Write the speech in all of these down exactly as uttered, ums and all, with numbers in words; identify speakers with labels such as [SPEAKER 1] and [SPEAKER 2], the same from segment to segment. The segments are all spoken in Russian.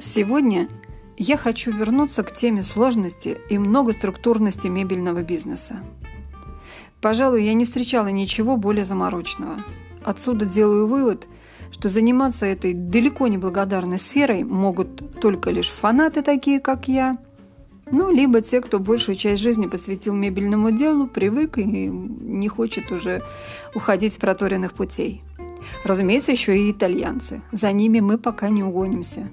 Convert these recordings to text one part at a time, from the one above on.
[SPEAKER 1] Сегодня я хочу вернуться к теме сложности и многоструктурности мебельного бизнеса. Пожалуй, я не встречала ничего более замороченного. Отсюда делаю вывод, что заниматься этой далеко не благодарной сферой могут только лишь фанаты такие, как я, ну, либо те, кто большую часть жизни посвятил мебельному делу, привык и не хочет уже уходить с проторенных путей. Разумеется, еще и итальянцы. За ними мы пока не угонимся.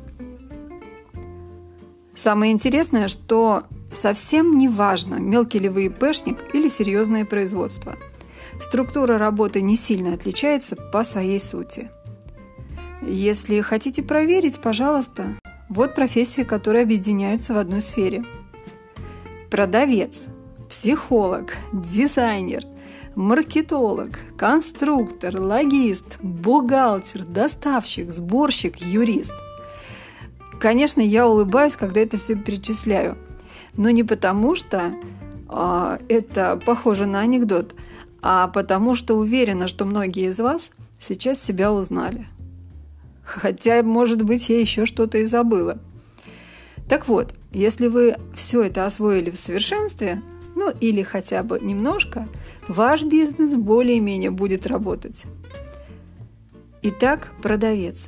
[SPEAKER 1] Самое интересное, что совсем не важно, мелкий ли вы ИПшник или серьезное производство. Структура работы не сильно отличается по своей сути. Если хотите проверить, пожалуйста, вот профессии, которые объединяются в одной сфере. Продавец, психолог, дизайнер, маркетолог, конструктор, логист, бухгалтер, доставщик, сборщик, юрист. Конечно, я улыбаюсь, когда это все перечисляю, но не потому, что э, это похоже на анекдот, а потому что уверена, что многие из вас сейчас себя узнали. Хотя, может быть, я еще что-то и забыла. Так вот, если вы все это освоили в совершенстве, ну или хотя бы немножко, ваш бизнес более-менее будет работать. Итак, продавец.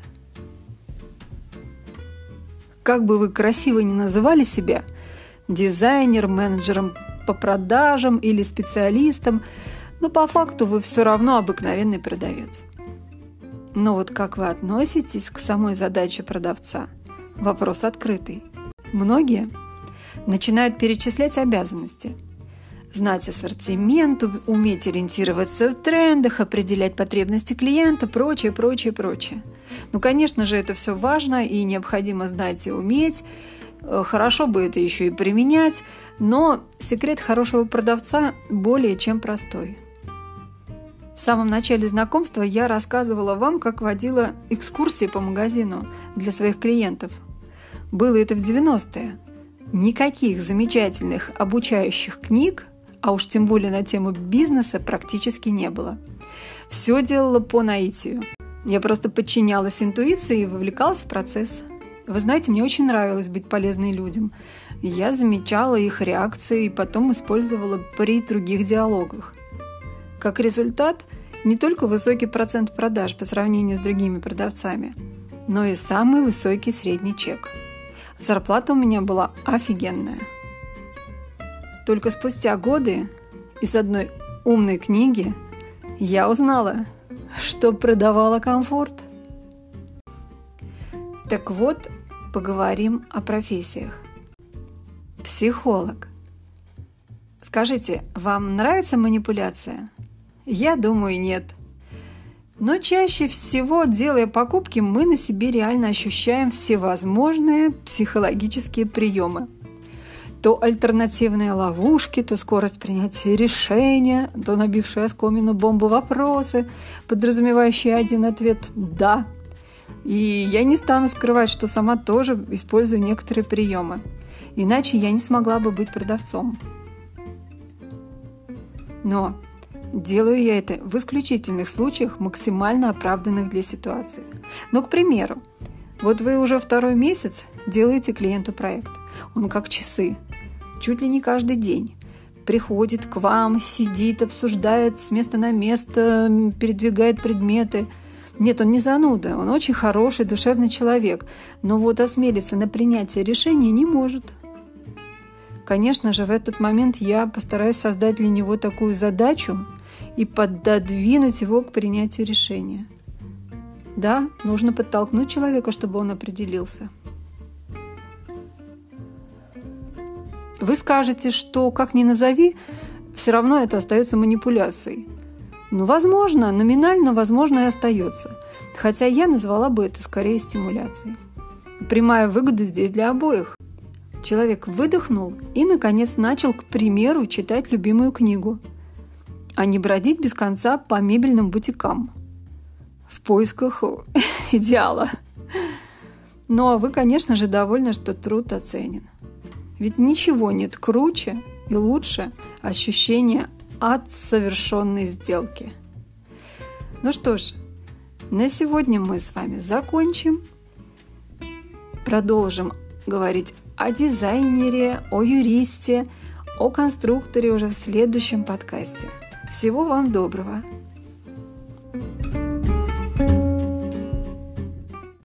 [SPEAKER 1] Как бы вы красиво ни называли себя, дизайнером, менеджером по продажам или специалистом, но по факту вы все равно обыкновенный продавец. Но вот как вы относитесь к самой задаче продавца? Вопрос открытый. Многие начинают перечислять обязанности. Знать ассортимент, уметь ориентироваться в трендах, определять потребности клиента, прочее, прочее, прочее. Ну, конечно же, это все важно и необходимо знать и уметь. Хорошо бы это еще и применять, но секрет хорошего продавца более чем простой. В самом начале знакомства я рассказывала вам, как водила экскурсии по магазину для своих клиентов. Было это в девяностые. Никаких замечательных обучающих книг, а уж тем более на тему бизнеса, практически не было. Все делала по наитию. Я просто подчинялась интуиции и вовлекалась в процесс. Вы знаете, мне очень нравилось быть полезной людям. Я замечала их реакции и потом использовала при других диалогах. Как результат, не только высокий процент продаж по сравнению с другими продавцами, но и самый высокий средний чек. Зарплата у меня была офигенная. Только спустя годы из одной умной книги я узнала, что продавала комфорт. Так вот, поговорим о профессиях. Психолог. Скажите, вам нравится манипуляция? Я думаю, нет. Но чаще всего, делая покупки, мы на себе реально ощущаем всевозможные психологические приемы. То альтернативные ловушки, то скорость принятия решения, то набившие оскомину бомбу вопросы, подразумевающие один ответ «да». И я не стану скрывать, что сама тоже использую некоторые приемы. Иначе я не смогла бы быть продавцом. Но делаю я это в исключительных случаях, максимально оправданных для ситуации. Ну, к примеру, вот вы уже второй месяц делаете клиенту проект. Он как часы. Чуть ли не каждый день. Приходит к вам, сидит, обсуждает с места на место, передвигает предметы. Нет, он не зануда, он очень хороший, душевный человек. Но вот осмелиться на принятие решения не может. Конечно же, в этот момент я постараюсь создать для него такую задачу и пододвинуть его к принятию решения. Да, нужно подтолкнуть человека, чтобы он определился. Вы скажете, что, как ни назови, все равно это остается манипуляцией. Ну, возможно, номинально, возможно, и остается. Хотя я назвала бы это скорее стимуляцией. Прямая выгода здесь для обоих. Человек выдохнул и, наконец, начал, к примеру, читать любимую книгу, а не бродить без конца по мебельным бутикам в поисках идеала. Ну, а вы, конечно же, довольны, что труд оценен. Ведь ничего нет круче и лучше ощущения от совершенной сделки. Ну что ж, на сегодня мы с вами закончим. продолжим говорить о дизайнере, о юристе, о конструкторе уже в следующем подкасте. Всего вам доброго!